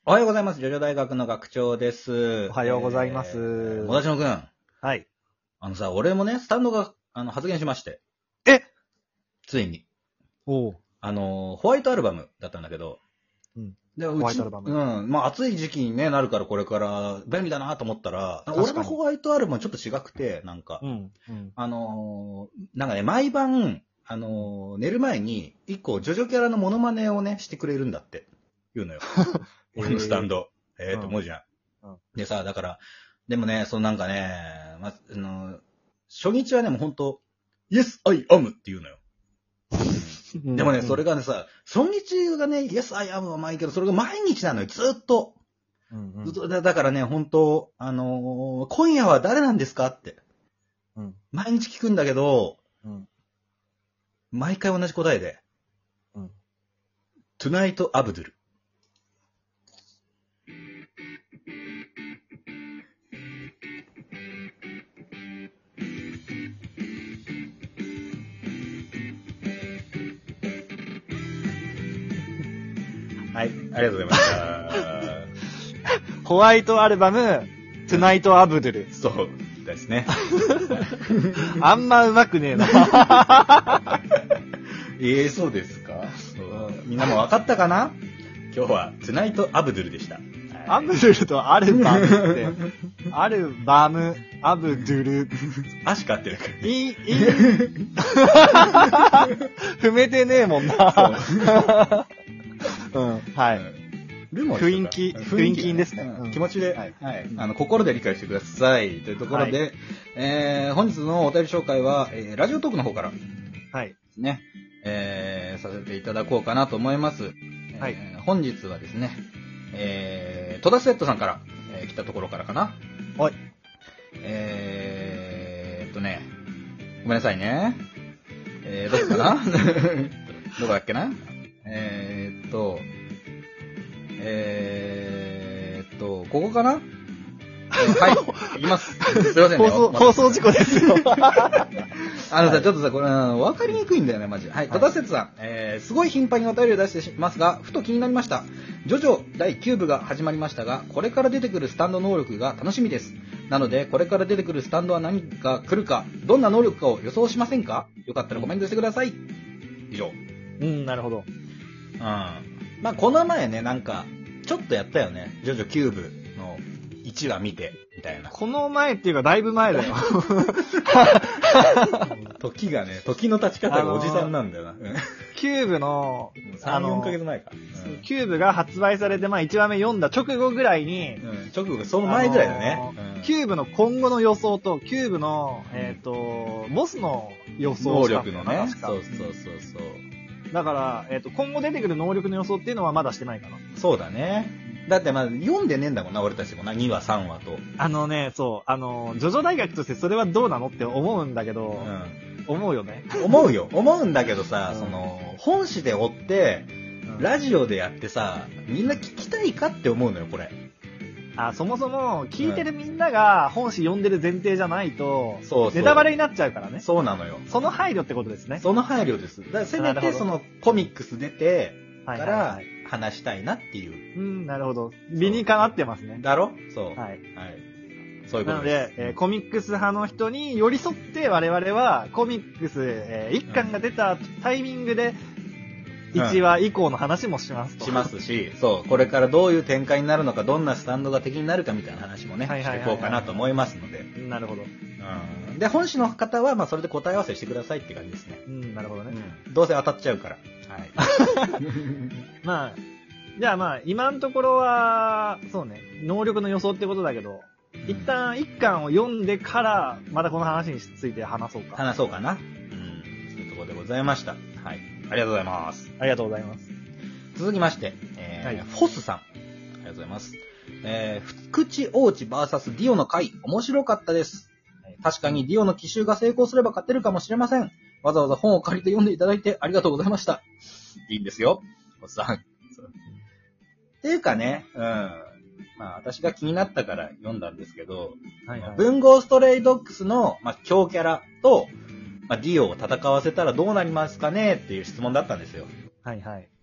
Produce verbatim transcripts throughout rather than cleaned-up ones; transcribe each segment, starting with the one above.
おはようございます。ジョジョ大学の学長です。 おはようございます。えー、もだちのくん。 はい。 あのさ、俺もね、スタンドが、あの、発言しまして。 えついに。 おう。 あの、ホワイトアルバムだったんだけど。 うん。 で、うち、 ホワイトアルバム。 うん。まあ、暑い時期にね、なるからこれから便利だなと思ったら、俺のホワイトアルバムはちょっと違くて、なんか。 うん。うん。 あのー、なんかね、毎晩、あのー、寝る前に、一個、ジョジョキャラのモノマネをね、してくれるんだって。言うのよ。俺のスタンド。ええー、と思うじゃん、うん。でさ、だから、でもね、そのなんかね、ま、あの、初日はね、もうほんと、Yes, I am って言うのよ。うん、でもね、それがねさ、初日がね、Yes, I am はまあいいけど、それが毎日なのよ、ずっと。うんうん、ずっとだからね、ほんと、あのー、今夜は誰なんですかって。うん、毎日聞くんだけど、うん、毎回同じ答えで。うん、Tonight, Abdul。はい、ありがとうございました。 ホワイトアルバム、トゥナイトアブドゥル。 そうですね。 あんま上手くねえな。 ええ、そうですか、そうみんなも分かったかな。今日はトゥナイトアブドゥルでした。 アブドゥルとアルバムって、アルバム、アブドゥル。 足かってるから。 いい、いい。踏めてねえもんな。うん、はい。 ルモ雰囲気、雰囲気ですね、 うん。気持ちで、はい、はい、あの、心で理解してください。というところで、はい、えー、本日のお便り紹介は、えー、ラジオトークの方から、はい。ね、えー、させていただこうかなと思います。はい。えー、本日はですね、えー、戸田セットさんから、えー、来たところからかな。はい。えーっとね、ごめんなさいね。えー、どこかなどこだっけなえーっと、えーっと、ここかな、えー、はい、いきます。すいませんね。 放送、放送事故ですよ。 あのさ、はい、ちょっとさ、これ、わかりにくいんだよね、マジで。はい、戸田節さん、えー、すごい頻繁にお便りを出してますが、ふと気になりました。ジョジョだいきゅう部が始まりましたが、これから出てくるスタンド能力が楽しみです。なので、これから出てくるスタンドは何が来るか、どんな能力かを予想しませんか？よかったらコメントしてください。以上。 うん、なるほど。 うん。まあ、この前ね、なんか、ちょっとやったよね。ジョジョきゅう部のいちわ見て、みたいな。 この前っていうか、だいぶ前だよ。 時がね、時の立ち方がおじさんなんだよな。 キューブの、 さん、よんかげつまえか。 うん、キューブが発売されて、まあいちわめ読んだ直後ぐらいに、うん、 直後、その前ぐらいだね。 うん、キューブの今後の予想と、キューブの、えっ、ー、と、ボスの予想能力のね。そうそうそうそう。 だから、えっ、ー、と、今後出てくる能力の予想っていうのはまだしてないかな。 そうだね。だってまあ、読んでねえんだもんな、俺たちもな。にわ、さんわと。 あのね、そう、あの、ジョジョ大学としてそれはどうなのって思うんだけど、うん、思うよね。 思うよ。思うんだけどさ、うん、その、本誌で追って、うん、ラジオでやってさ、みんな聞きたいかって思うのよ、これ。 あ、そもそも、聞いてるみんなが本誌読んでる前提じゃないと、 うん、そうそうネタバレになっちゃうからね。 そうなのよ。 その配慮ってことですね。 その配慮です。だからせめてそのコミックス出てから話したいなっていう。はいはいはい、 うん、なるほど。理にかなってますね。 だろ？そう。 はい。はい。 そういうことです。 なので、えー、コミックス派の人に寄り添って我々はコミックス、えー、いっかんが出たタイミングで、いちわ以降の話もしますと、 うん、しますし、そう、これからどういう展開になるのか、どんなスタンドが敵になるかみたいな話もね、していこうかなと思いますので。 なるほど。 うん、で、本誌の方は、まあ、それで答え合わせしてくださいって感じですね。 うん、なるほどね。 うん、どうせ当たっちゃうから。はい。 まあ、じゃあまあ、今のところは、そうね、能力の予想ってことだけど、うん、一旦一巻を読んでから、またこの話について話そうか。 話そうかな。うん。そういうところでございました。はい。ありがとうございます。 ありがとうございます。 続きまして、えーはい、フォスさん。ありがとうございます。えー、福地王子 ブイエス ディオの回、面白かったです。確かにディオの奇襲が成功すれば勝てるかもしれません。わざわざ本を借りて読んでいただいてありがとうございました。いいんですよ、フォスさん。っていうかね、うん。まあ私が気になったから読んだんですけど、はいはい、文豪ストレイドッグスの、まあ、強キャラと、まあ、ディオを戦わせたらどうなりますかねっていう質問だったんですよ。 はいはい。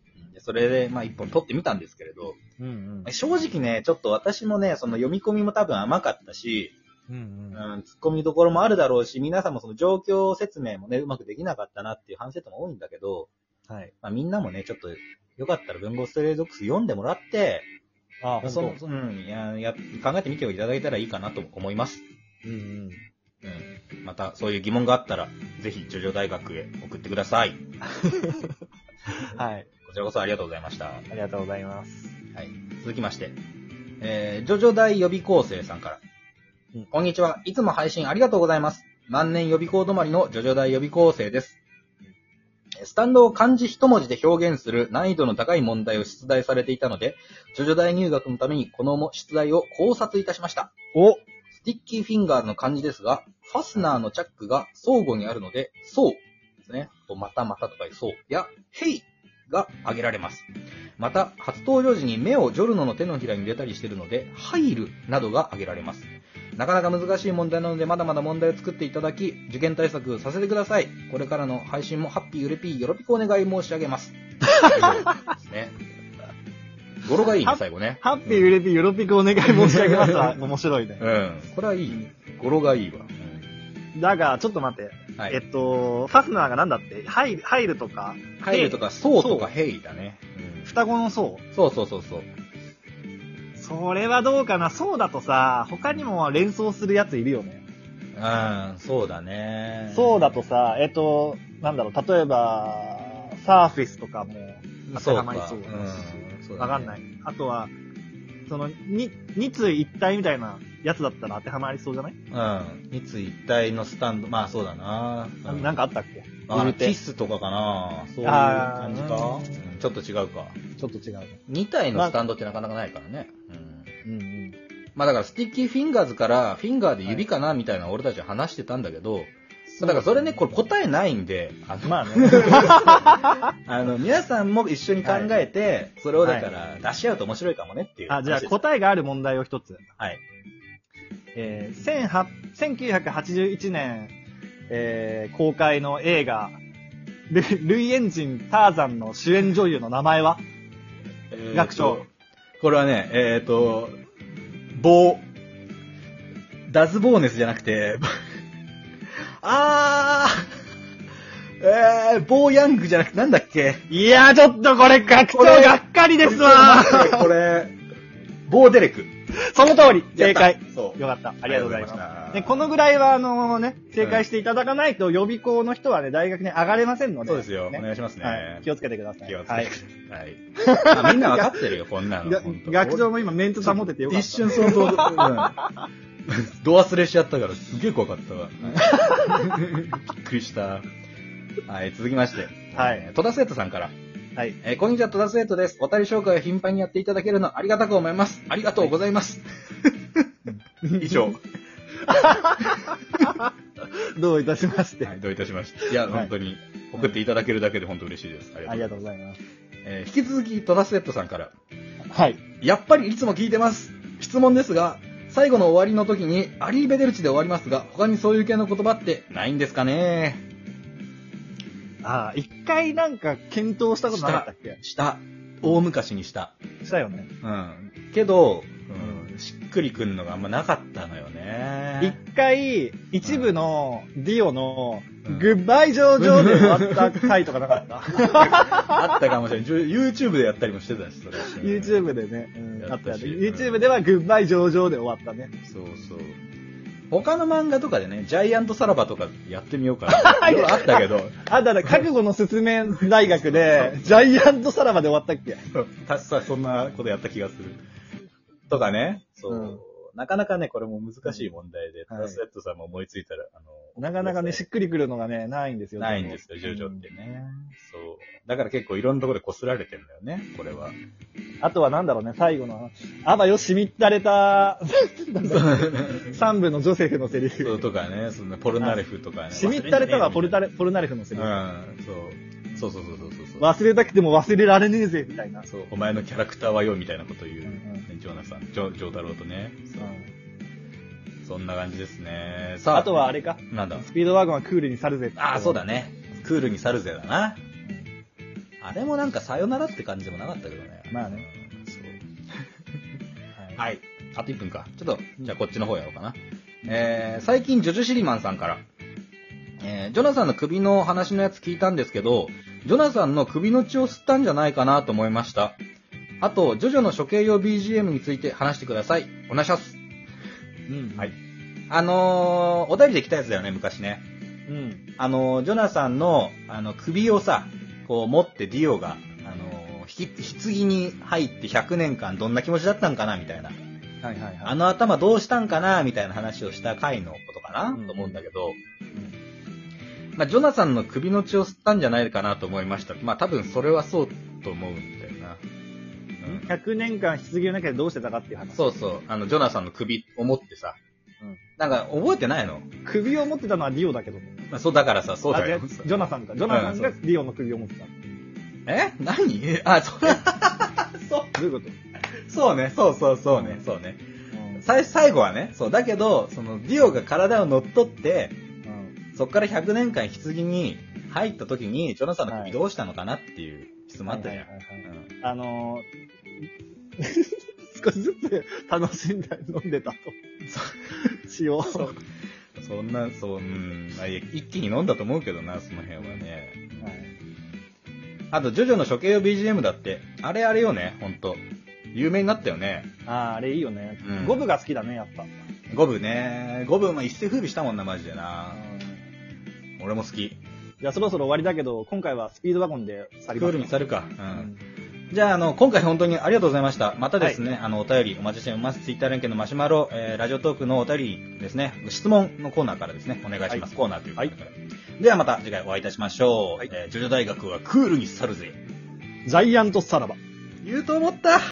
それで、まあ一本撮ってみたんですけれど、 うんうん。 正直ね、ちょっと私もね、その読み込みも多分甘かったし、 うんうん。 うん、突っ込みどころもあるだろうし、皆さんもその状況説明もね、うまくできなかったなっていう反省点も多いんだけど、 はい。 まあみんなもね、ちょっと、よかったら文豪ストレイドックス読んでもらって、 ああ、 その、 ほんと。 うん、や、や、考えてみていただいたらいいかなと思います。 うんうん。 うん。また、そういう疑問があったら、ぜひ、ジョジョ大学へ送ってください。 はい。 こちらこそありがとうございました。 ありがとうございます。 はい。続きまして、えー、ジョジョ大予備校生さんから。うん、こんにちは。いつも配信ありがとうございます。万年予備校止まりのジョジョ大予備校生です。スタンドを漢字一文字で表現する難易度の高い問題を出題されていたので、ジョジョ大入学のためにこの出題を考察いたしました。 おスティッキーフィンガーズの漢字ですが、ファスナーのチャックが相互にあるので、そうですね。と、またまたとかいうそうや、ヘイが挙げられます。また、初登場時に目をジョルノの手のひらに入れたりしているので、入るなどが挙げられます。なかなか難しい問題なので、まだまだ問題を作っていただき、受験対策させてください。これからの配信もハッピーユレピーよろぴくお願い申し上げます。ですね。語呂がいいね、最後ね。 ハッピーユレピーよろぴくお願い申し上げますわ。面白いね。 うん。これはいい。語呂がいいわ。 うん、だが、ちょっと待って。はい、えっと、ファスナーがなんだって入る、入るとか入るとか、そうとかヘイだね。 うん、双子のそう。 そうそうそうそう。 それはどうかな。そうだとさ、他にも連想するやついるよね。 うん、そうだね。 そうだとさ、えっと、なんだろう、例えば、サーフェスとかも当てはまりそうだし、うん、わかんない。あとは、その、に、二対一体みたいなやつだったら当てはまりそうじゃない？うん。 二対一体のスタンド、まあそうだな。 うん、なんかあったっけ？ あの、キスとかかな。そういう感じか、うん、ちょっと違うか。 ちょっと違う。 二体のスタンドってなかなかないからね。 うん。うんうん。 まあだからスティッキーフィンガーズからフィンガーで指かなみたいな俺たちは話してたんだけど、はい、だからそれね、これ答えないんで、あの、まあね。あの、皆さんも一緒に考えて、はい、それをだから出し合うと面白いかもねっていう。 あ、じゃあ答えがある問題を一つ。 はい。 えー、せんきゅうひゃくはちじゅういちねん、えー、公開の映画、ル、ルイエンジンターザンの主演女優の名前は？えー、学長。 これはね、えっ、ー、と、ボー、ダズボーネスじゃなくて、あー、えー、ボーヤングじゃなくてなんだっけ？ いやーちょっとこれ学長がっかりですわーこれ、ボーデレク。 その通り正解。 そう。 よかった。ありがとうございます。で、このぐらいはあのね、正解していただかないと予備校の人はね、大学に上がれませんので。 そうですよ。ね、お願いしますね、はい。 気をつけてください。 気をつけてください。はい。まあ、みんなわかってるよ、こんなの。 学長も今メンツ保ててよかった。 一瞬想像、うん。ド忘れしちゃったからすげえ怖かったわ。びっくりした。はい、続きまして。はい。戸田生徒さんから。はい。えー、こんにちは、戸田生徒です。お便り紹介を頻繁にやっていただけるのありがたく思います。ありがとうございます。はい、以上。 どういたしまして。 はい、どういたしまして。いや、はい、本当に、送っていただけるだけで本当嬉しいです。 ありがとうございます。 えー、引き続き、戸田生徒さんから。 はい。 やっぱりいつも聞いてます。質問ですが、最後の終わりの時に、アリーベデルチで終わりますが、他にそういう系の言葉ってないんですかね？ ああ、一回なんか検討したことなかったっけ？ した。大昔にした。 したよね。 うん。けど、うん、しっくりくんのがあんまなかったのよね。 一回、一部のディオの、うん、グッバイジョージョーで終わった回とかなかったあったかもしれない。YouTube でやったりもしてたし、それ。 YouTube でね。うん、あったやつ。YouTube ではグッバイジョージョーで終わったね。 そうそう。他の漫画とかでね、ジャイアントサラバとかやってみようかな。あったけど。 あ、だから覚悟の進め大学で、ジャイアントサラバで終わったっけ？ 確かそんなことやった気がする。とかね。そう。うん、なかなかね、これも難しい問題で、トラスレッドさんも思いついたら、あの、 なかなかね、しっくりくるのがね、ないんですよ。 ないんですよ、ジョジョってね。うん、そう。だから結構いろんなところで擦られてるんだよね、これは。 あとはなんだろうね、最後の、あばよしみったれた、三部のジョセフのセリフ。 そうとかね、そんなポルナレフとかね。 しみったれたはポルタレ、ポルナレフのセリフ。 うん、そう。そうそうそうそうそう。 忘れたくても忘れられねえぜ、みたいな。 そう、お前のキャラクターはよ、みたいなこと言う、うんうん、ジョーナさん、ジョ、ジョータローとね。そう。うん、そんな感じですね。 さあ。あとはあれか。 なんだ。 スピードワゴンはクールに去るぜ。 ああ、そうだね。クールに去るぜだな。 あれもなんかさよならって感じでもなかったけどね。 まあね。 そう。はい。はい。あといっぷんか。ちょっと、じゃあこっちの方やろうかな。えー、最近、ジョジョシリマンさんから、えー、ジョナサンの首の話のやつ聞いたんですけど、ジョナサンの首の血を吸ったんじゃないかなと思いました。あと、ジョジョの処刑用 ビージーエム について話してください。お願いします。 うん。 はい。あのー、お便りで来たやつだよね、昔ね。 うん。 あのー、ジョナサンの、あの、首をさ、こう持ってディオが、あのー、ひ、棺に入ってひゃくねんかんどんな気持ちだったんかな、みたいな。 はいはいはい。 あの頭どうしたんかな、みたいな話をした回のことかな、うん、と思うんだけど、うん、まあ、ジョナサンの首の血を吸ったんじゃないかなと思いました。まあ、多分それはそうと思うんだよな。 うん、ひゃくねんかん棺の中でどうしてたかっていう話。 そうそう。あの、ジョナサンの首を持ってさ。うん。なんか、覚えてないの？ 首を持ってたのはディオだけど。 まあ、そう、だからさ、そうだよ。 ジョナサンか。ジョナサンがディオの首を持ってた。 え？何？あ、それ。 そう。どういうこと？ そうね、そうそうそうね、うん、そうね。うん、最最後はね、そう、だけど、その、ディオが体を乗っ取って、うん、そっからひゃくねんかん棺に入った時に、ジョナサンの首どうしたのかなっていう質問あったじゃん。 あのー、少しずつ楽しんで飲んでたと。血を。 そ, そんな、そう、うん、一気に飲んだと思うけどな、その辺はね。はい。あと、ジョジョの処刑用 ビージーエム だって、あれあれよね、ほんと。有名になったよね。 ああ、あれいいよね。うん、ゴブが好きだね、やっぱ。 ゴブね。ゴブ、まあ、一世風靡したもんな、マジでな。俺も好き。 じゃあそろそろ終わりだけど、今回はスピードワゴンで去ります。クールに去るか。うん。うん、じゃあ、あの、今回本当にありがとうございました。またですね、はい、あの、お便りお待ちしております。ツイッター連携のマシュマロ、えー、ラジオトークのお便りですね、質問のコーナーからですね、お願いします。はい、コーナーということで。はい、ではまた次回お会いいたしましょう。はい、えー、ジョジョ大学はクールに去るぜ。 ジャイアントさらば。 言うと思った。